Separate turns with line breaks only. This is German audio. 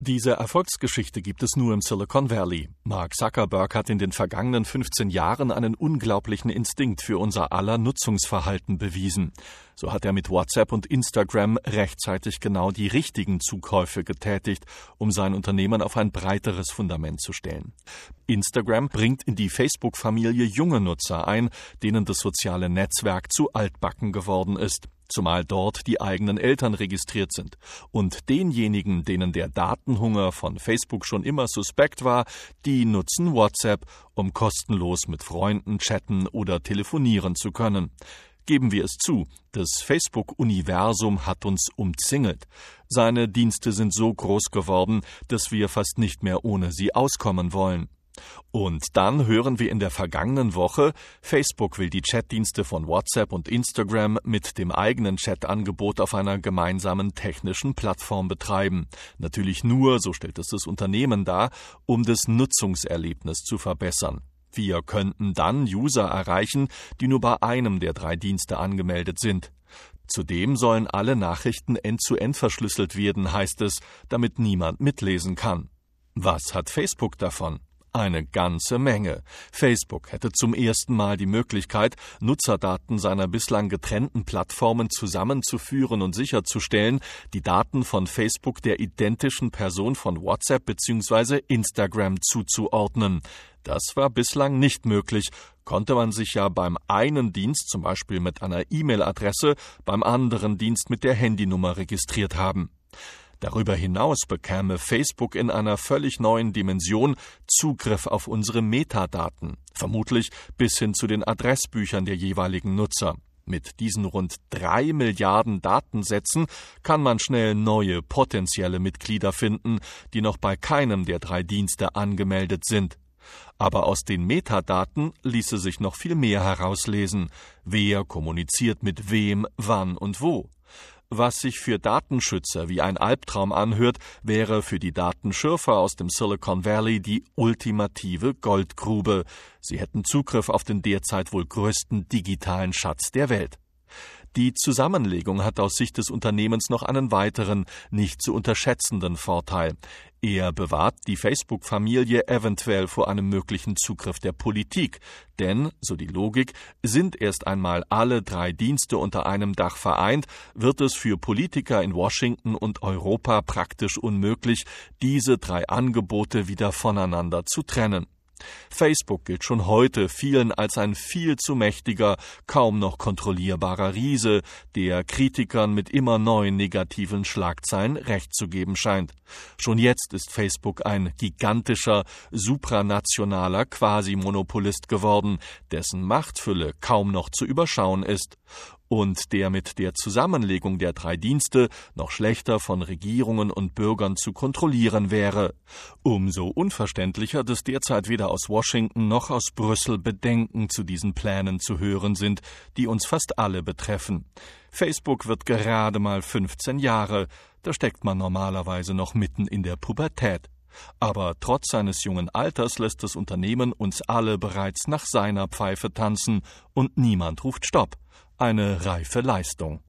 Diese Erfolgsgeschichte gibt es nur im Silicon Valley. Mark Zuckerberg hat in den vergangenen 15 Jahren einen unglaublichen Instinkt für unser aller Nutzungsverhalten bewiesen. So hat er mit WhatsApp und Instagram rechtzeitig genau die richtigen Zukäufe getätigt, um sein Unternehmen auf ein breiteres Fundament zu stellen. Instagram bringt in die Facebook-Familie junge Nutzer ein, denen das soziale Netzwerk zu altbacken geworden ist. Zumal dort die eigenen Eltern registriert sind. Und denjenigen, denen der Datenhunger von Facebook schon immer suspekt war, die nutzen WhatsApp, um kostenlos mit Freunden chatten oder telefonieren zu können. Geben wir es zu, das Facebook-Universum hat uns umzingelt. Seine Dienste sind so groß geworden, dass wir fast nicht mehr ohne sie auskommen wollen. Und dann hören wir in der vergangenen Woche, Facebook will die Chatdienste von WhatsApp und Instagram mit dem eigenen Chatangebot auf einer gemeinsamen technischen Plattform betreiben. Natürlich nur, so stellt es das Unternehmen dar, um das Nutzungserlebnis zu verbessern. Wir könnten dann User erreichen, die nur bei einem der 3 Dienste angemeldet sind. Zudem sollen alle Nachrichten end-zu-end verschlüsselt werden, heißt es, damit niemand mitlesen kann. Was hat Facebook davon? Eine ganze Menge. Facebook hätte zum ersten Mal die Möglichkeit, Nutzerdaten seiner bislang getrennten Plattformen zusammenzuführen und sicherzustellen, die Daten von Facebook der identischen Person von WhatsApp bzw. Instagram zuzuordnen. Das war bislang nicht möglich, konnte man sich ja beim einen Dienst zum Beispiel mit einer E-Mail-Adresse, beim anderen Dienst mit der Handynummer registriert haben. Darüber hinaus bekäme Facebook in einer völlig neuen Dimension Zugriff auf unsere Metadaten, vermutlich bis hin zu den Adressbüchern der jeweiligen Nutzer. Mit diesen rund 3 Milliarden Datensätzen kann man schnell neue potenzielle Mitglieder finden, die noch bei keinem der 3 Dienste angemeldet sind. Aber aus den Metadaten ließe sich noch viel mehr herauslesen. Wer kommuniziert mit wem, wann und wo? Was sich für Datenschützer wie ein Albtraum anhört, wäre für die Datenschürfer aus dem Silicon Valley die ultimative Goldgrube. Sie hätten Zugriff auf den derzeit wohl größten digitalen Schatz der Welt. Die Zusammenlegung hat aus Sicht des Unternehmens noch einen weiteren, nicht zu unterschätzenden Vorteil. Er bewahrt die Facebook-Familie eventuell vor einem möglichen Zugriff der Politik. Denn, so die Logik, sind erst einmal alle 3 Dienste unter einem Dach vereint, wird es für Politiker in Washington und Europa praktisch unmöglich, diese 3 Angebote wieder voneinander zu trennen. Facebook gilt schon heute vielen als ein viel zu mächtiger, kaum noch kontrollierbarer Riese, der Kritikern mit immer neuen negativen Schlagzeilen Recht zu geben scheint. Schon jetzt ist Facebook ein gigantischer, supranationaler Quasi-Monopolist geworden, dessen Machtfülle kaum noch zu überschauen ist. Und der mit der Zusammenlegung der 3 Dienste noch schlechter von Regierungen und Bürgern zu kontrollieren wäre. Umso unverständlicher, dass derzeit weder aus Washington noch aus Brüssel Bedenken zu diesen Plänen zu hören sind, die uns fast alle betreffen. Facebook wird gerade mal 15 Jahre, da steckt man normalerweise noch mitten in der Pubertät. Aber trotz seines jungen Alters lässt das Unternehmen uns alle bereits nach seiner Pfeife tanzen und niemand ruft Stopp. Eine reife Leistung.